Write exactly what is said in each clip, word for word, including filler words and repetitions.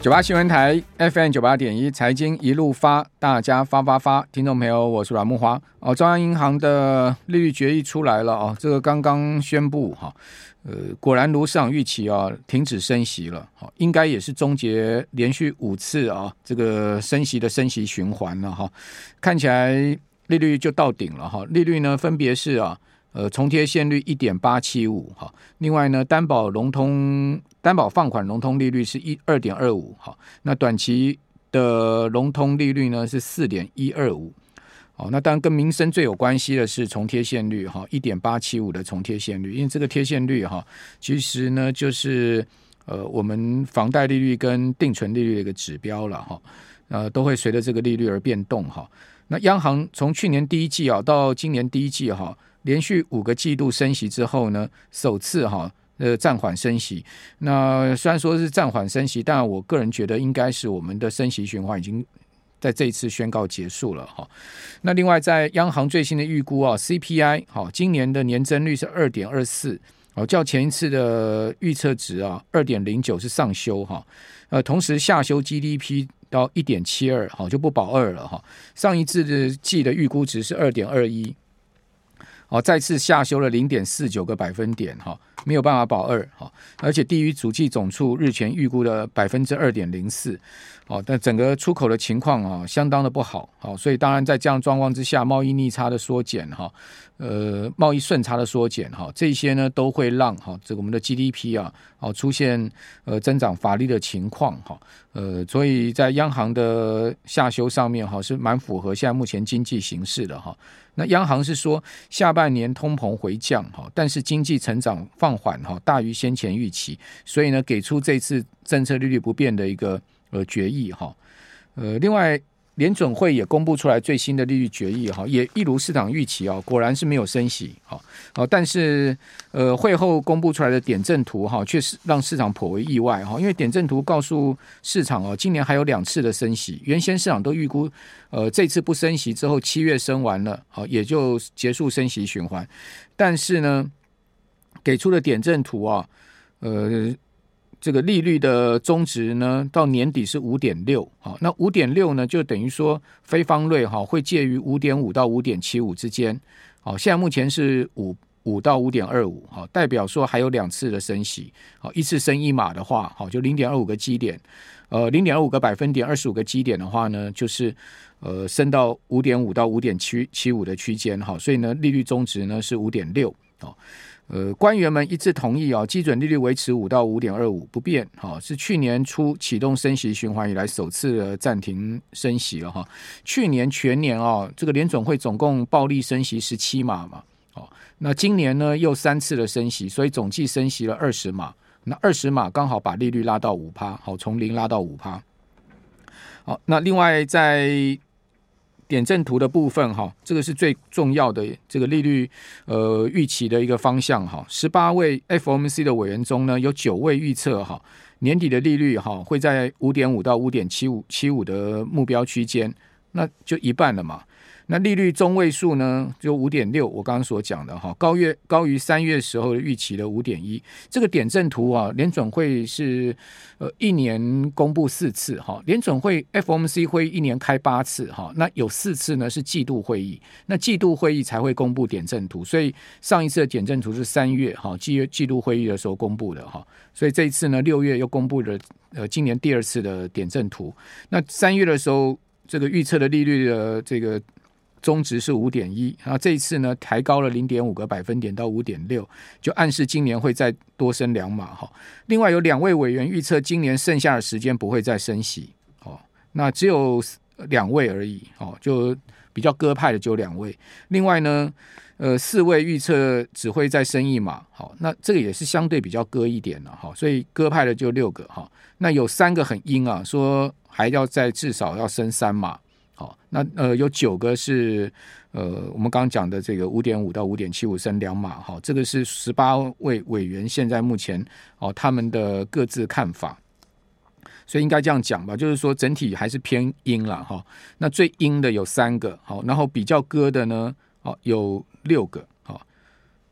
九八新闻台 F M 九八点一财经一路发，大家发发发，听众朋友，我是阮慕骅。哦，中央银行的利率决议出来了哦，这个刚刚宣布哈，呃，果然如市场预期啊，停止升息了，好，应该也是终结连续五次啊这个升息的升息循环了哈，看起来利率就到顶了哈，利率呢分别是啊。呃，重贴现率 一点八七五 哈，另外呢，担保融通担保放款融通利率是 二点二五 哈，那短期的融通利率呢是 四点一二五， 好，那当然跟民生最有关系的是重贴现率哈 一点八七五 的重贴现率，因为这个贴现率哈，其实呢就是呃我们房贷利率跟定存利率的一个指标了哈，呃都会随着这个利率而变动哈。那央行从去年第一季啊到今年第一季哈。连续五个季度升息之后呢，首次哈呃暂缓升息。那虽然说是暂缓升息，但我个人觉得应该是我们的升息循环已经在这一次宣告结束了哈。那另外在央行最新的预估啊 ，C P I 好，今年的年增率是 二点二四， 哦，较前一次的预测值啊 二点零九 是上修哈。呃，同时下修 G D P 到 一点七二， 好就不保二了哈。上一次的季的预估值是 二点二一。哦，再次下修了 零点四九 个百分点哈，没有办法保二哈，而且低于主计总处日前预估的 百分之二点零四， 哦，但整个出口的情况啊相当的不好，好，所以当然在这样状况之下，贸易逆差的缩减哈，呃，贸易顺差的缩减哈，这些呢都会让哈这个我们的 G D P 啊，哦出现呃增长乏力的情况哈，呃，所以在央行的下修上面哈是蛮符合现在目前经济形势的哈。那央行是说下半年通膨回降，但是经济成长放缓大于先前预期，所以呢给出这次政策利率不变的一个呃决议哈。呃，另外联准会也公布出来最新的利率决议哈，也一如市场预期啊，果然是没有升息哈。好，但是呃会后公布出来的点阵图哈，确实让市场颇为意外哈，因为点阵图告诉市场哦，今年还有两次的升息，原先市场都预估呃这次不升息之后七月升完了，好也就结束升息循环，但是呢给出的点阵图啊，呃。这个利率的中值呢，到年底是 五点六， 那 五点六 呢，就等于说非方瑞会介于 五点五 到 五点七五 之间，现在目前是 五, 五到 五点二五， 代表说还有两次的升息，一次升一码的话就 零点二五 个基点，呃 零点二五 个百分点二十五个基点的话呢，就是呃升到 五点五 到 五点七五 的区间，所以呢利率中值呢是 五点六。呃，官员们一致同意啊，基准利率维持五到 五点二五 不变，哈，是去年初启动升息循环以来首次的暂停升息了哈。去年全年啊，这个联准会总共暴力升息十七码嘛，哦，那今年呢又三次的升息，所以总计升息了二十码，那二十码刚好把利率拉到 百分之五， 好，从零拉到 百分之五。好，那另外在点阵图的部分哈，这个是最重要的这个利率呃预期的一个方向哈。十八位 F O M C 的委员中呢，有九位预测哈年底的利率哈会在 五点五 到 五点七五 的目标区间，那就一半了嘛。那利率中位数呢就 五点六， 我刚刚所讲的哈，高于高于三月时候的预期的 五点一。这个点阵图啊，联准会是呃一年公布四次哈，联准会 F O M C 会议一年开八次哈，那有四次呢是季度会议，那季度会议才会公布点阵图，所以上一次的点阵图是三月哈季季度会议的时候公布的哈，所以这一次呢六月又公布了呃今年第二次的点阵图。那三月的时候这个预测的利率的这个中值是 五点一， 然后这一次呢抬高了 零点五 个百分点到 五点六， 就暗示今年会再多升两码。另外有两位委员预测今年剩下的时间不会再升息，那只有两位而已，就比较鸽派的只有两位。另外呢呃，四位预测只会再升一码，好，那这个也是相对比较鸽一点了，好，所以鸽派的就六个，好，那有三个很鹰啊，说还要再至少要升三码。好，那呃有九个是呃我们刚刚讲的这个 五点五 到 五点七五 升两码，好，这个是十八位委员现在目前哦他们的各自看法，所以应该这样讲吧，就是说整体还是偏鹰啦哈。那最鹰的有三个，好，然后比较鸽的呢，哦有六个，好，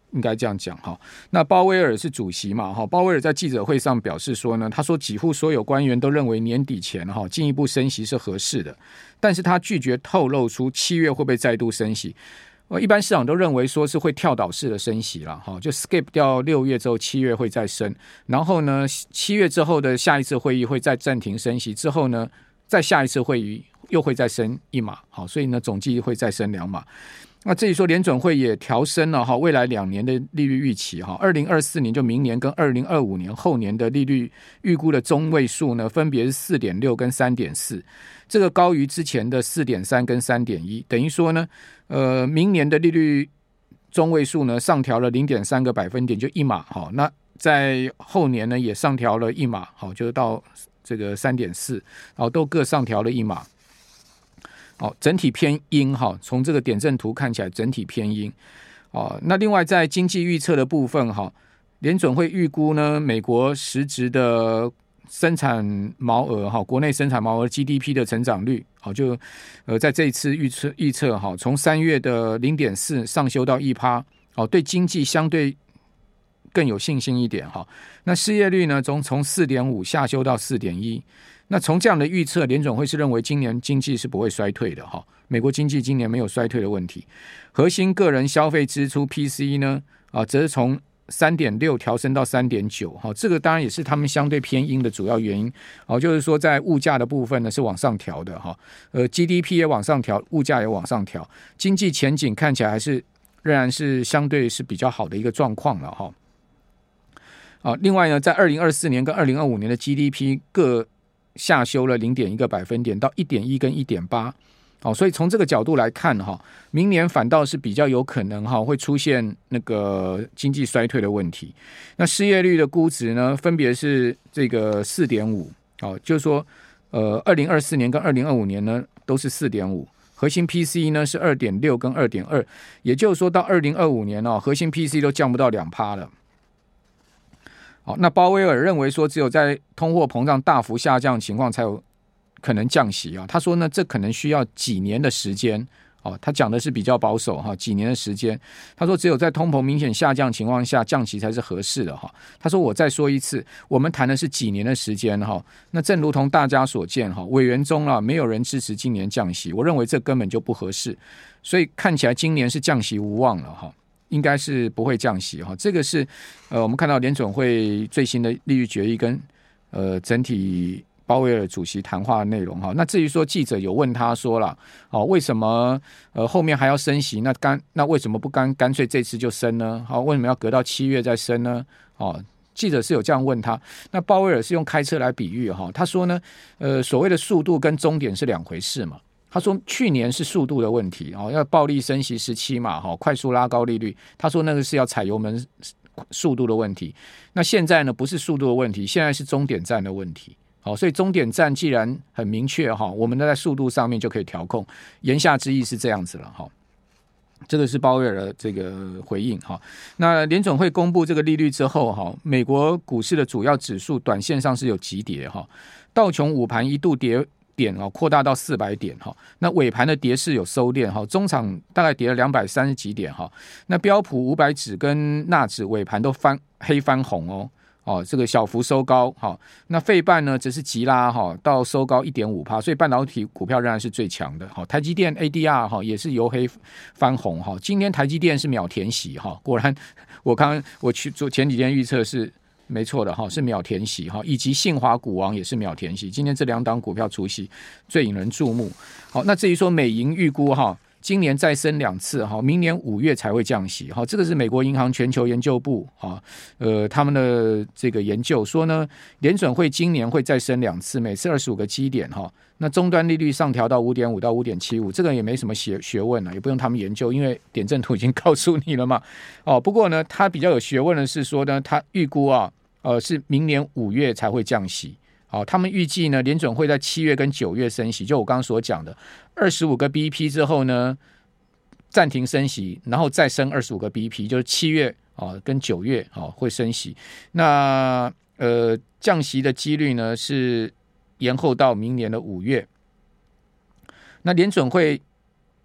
应该这样讲哈。那鲍威尔是主席嘛哈，鲍威尔在记者会上表示说呢，他说几乎所有官员都认为年底前哈进一步升息是合适的，但是他拒绝透露出七月会不会再度升息。一般市场都认为说是会跳岛式的升息啦，就 skip 掉六月之后七月会再升，然后呢七月之后的下一次会议会再暂停升息，之后呢再下一次会议又会再升一码，所以呢总计会再升两码。那至于说联准会也调升了未来两年的利率预期，二零二四年就明年跟二零二五年后年的利率预估的中位数呢，分别是 四点六 跟 三点四， 这个高于之前的 四点三 跟 三点一， 等于说呢呃，明年的利率中位数呢上调了 零点三 个百分点，就一码，那在后年呢也上调了一码，就是到这个 三点四， 都各上调了一码。哦，整体偏阴哈，从这个点阵图看起来整体偏阴。哦，那另外在经济预测的部分哈，联准会预估呢，美国实质的生产毛额哈，国内生产毛额 G D P 的成长率，好就呃在这一次预测预测哈，从三月的 零点四 上修到 百分之一， 哦，对经济相对更有信心一点哈。那失业率呢，从从 四点五 下修到 四点一。那从这样的预测，联准会是认为今年经济是不会衰退的哈，美国经济今年没有衰退的问题。核心个人消费支出 P C E 呢，啊，则是从 三点六 调升到 三点九， 哈，这个当然也是他们相对偏阴的主要原因，哦，就是说在物价的部分呢是往上调的哈，呃 G D P 也往上调，物价也往上调，经济前景看起来还是仍然是相对是比较好的一个状况了哈。啊，另外呢，在二零二四年跟二零二五年的 G D P 各下修了 零点一 个百分点到 一点一 跟 一点八， 哦，所以从这个角度来看哈，明年反倒是比较有可能哈会出现那个经济衰退的问题。那失业率的估值呢，分别是这个 四点五， 哦，就是说呃二零二四年跟二零二五年呢都是 四点五， 核心 P C E 呢是 二点六 跟 二点二， 也就是说到二零二五年哦，核心 P C E 都降不到 百分之二 了。好，那鲍威尔认为说，只有在通货膨胀大幅下降的情况才有可能降息啊。他说呢，这可能需要几年的时间哦。他讲的是比较保守哈，几年的时间。他说，只有在通膨明显下降情况下降息才是合适的哈。他说，我再说一次，我们谈的是几年的时间哈。那正如同大家所见哈，委员中啊，没有人支持今年降息，我认为这根本就不合适。所以看起来今年是降息无望了哈。应该是不会降息哈，这个是呃我们看到联准会最新的利率决议跟呃整体鲍威尔主席谈话的内容哈。那至于说记者有问他说了，哦为什么呃后面还要升息？那干那为什么不干干脆这次就升呢？好，为什么要隔到七月再升呢？哦，记者是有这样问他。那鲍威尔是用开车来比喻哈，他说呢，呃所谓的速度跟终点是两回事嘛。他说去年是速度的问题，要暴力升息十七码，快速拉高利率。他说那个是要踩油门速度的问题。那现在呢，不是速度的问题，现在是终点站的问题。所以终点站既然很明确，我们在速度上面就可以调控。言下之意是这样子了。这个是鲍威尔的这个回应。那联准会公布这个利率之后，美国股市的主要指数短线上是有急跌，道琼午盘一度跌点扩大到四百点，那尾盘的跌势有收敛，中场大概跌了两百三十几点，那标普五百指跟纳指尾盘都翻黑翻红哦，哦这个小幅收高，那费半呢只是急拉到收高 一点五%， 所以半导体股票仍然是最强的。台积电 A D R 也是由黑翻红，今天台积电是秒填息，果然我刚刚我去做前几天预测是没错的哈，是秒填息哈，以及信华股王也是秒填息。今天这两档股票除息最引人注目。好，那至于说美银预估哈，今年再升两次哈，明年五月才会降息哈。这个是美国银行全球研究部啊，呃，他们的这个研究说呢，联准会今年会再升两次，每次二十五个基点哈。那终端利率上调到 五点五 到 五点七五， 这个也没什么学学问了，也不用他们研究，因为点阵图已经告诉你了嘛。哦，不过呢，他比较有学问的是说呢，他预估啊。呃，是明年五月才会降息。好，他们预计呢，联准会在七月跟九月升息，就我刚刚所讲的二十五个 B P 之后呢，暂停升息，然后再升二十五个 B P， 就是七月啊跟九月啊会升息。那呃，降息的几率呢是延后到明年的五月。那联准会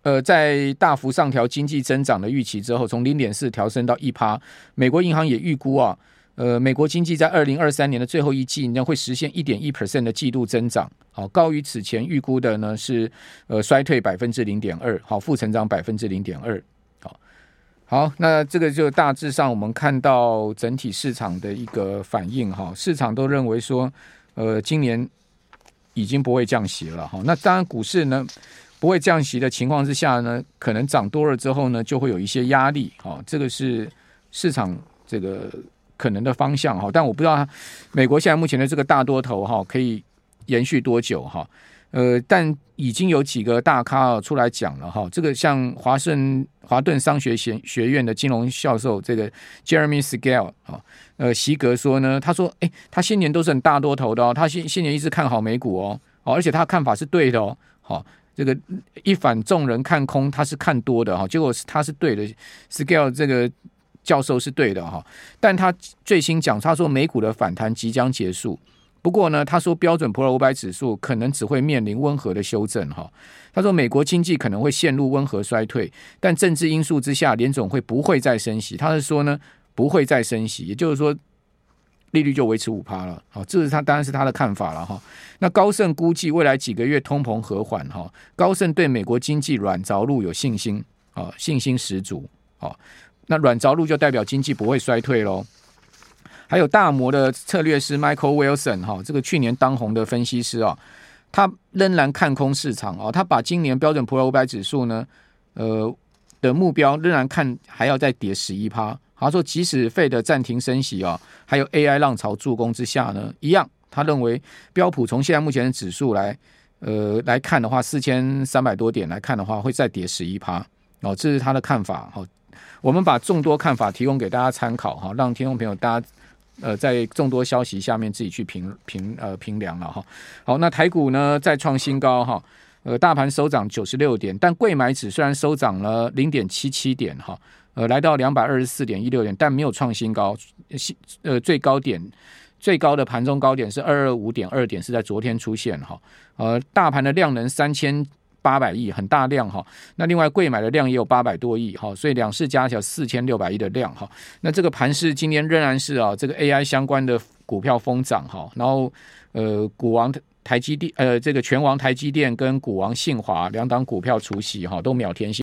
呃，在大幅上调经济增长的预期之后，从 零点四 调升到 百分之一， 美国银行也预估啊，呃，美国经济在二零二三年的最后一季呢会实现 百分之一点一 的季度增长，好，高于此前预估的呢是呃衰退 百分之零点二， 好，负成长 百分之零点二。好，那这个就大致上我们看到整体市场的一个反应哈，市场都认为说，呃，今年已经不会降息了哈。那当然股市呢不会降息的情况之下呢，可能涨多了之后呢，就会有一些压力哈，这个是市场这个可能的方向哈。但我不知道美国现在目前的这个大多头哈可以延续多久哈。呃，但已经有几个大咖出来讲了哈，这个像华盛华顿商学学院的金融教授这个 Jeremy Siegel 啊，呃，席格说呢，他说，哎，他新年都是很大多头的哦，他新新年一直看好美股哦，哦，而且他看法是对的哦，好、哦，这个一反众人看空，他是看多的哈、哦，结果他是对的 ，Siegel 这个教授是对的哈、哦，但他最新讲，他说美股的反弹即将结束。不过呢，他说标准普尔五百指数可能只会面临温和的修正哈。他说美国经济可能会陷入温和衰退，但政治因素之下，联总会不会再升息。他是说呢，不会再升息，也就是说利率就维持 百分之五 了。好，这是他当然是他的看法了哈。那高盛估计未来几个月通膨和缓哈。高盛对美国经济软着陆有信心啊，信心十足。好，那软着陆就代表经济不会衰退咯。还有大摩的策略师 Michael Wilson 哈，这个去年当红的分析师啊，他仍然看空市场啊，他把今年标准普尔五百指数呢，呃的目标仍然看还要再跌 百分之十一。他说，即使Fed暂停升息啊，还有 A I 浪潮助攻之下呢，一样，他认为标普从现在目前的指数来呃来看的话，四千三百多点来看的话，会再跌 百分之十一。哦，这是他的看法。好，我们把众多看法提供给大家参考哈，让听众朋友大家。呃，在众多消息下面自己去评评呃评量了哈。好，那台股呢再创新高哈，呃，大盘收涨九十六点，但柜买指虽然收涨了 零点七七 点哈，呃，来到 两百二十四点一六 点，但没有创新高，呃，最高点最高的盘中高点是 二百二十五点二 点，是在昨天出现哈。呃，大盘的量能三千八百亿，很大量哈。那另外柜买的量也有八百多亿哈，所以两市加起来四千六百亿的量哈。那这个盘势今天仍然是啊，这个 A I 相关的股票疯涨哈。然后呃，股王台积电呃，这个拳王台积电跟股王信华两档股票除息哈，都秒天线。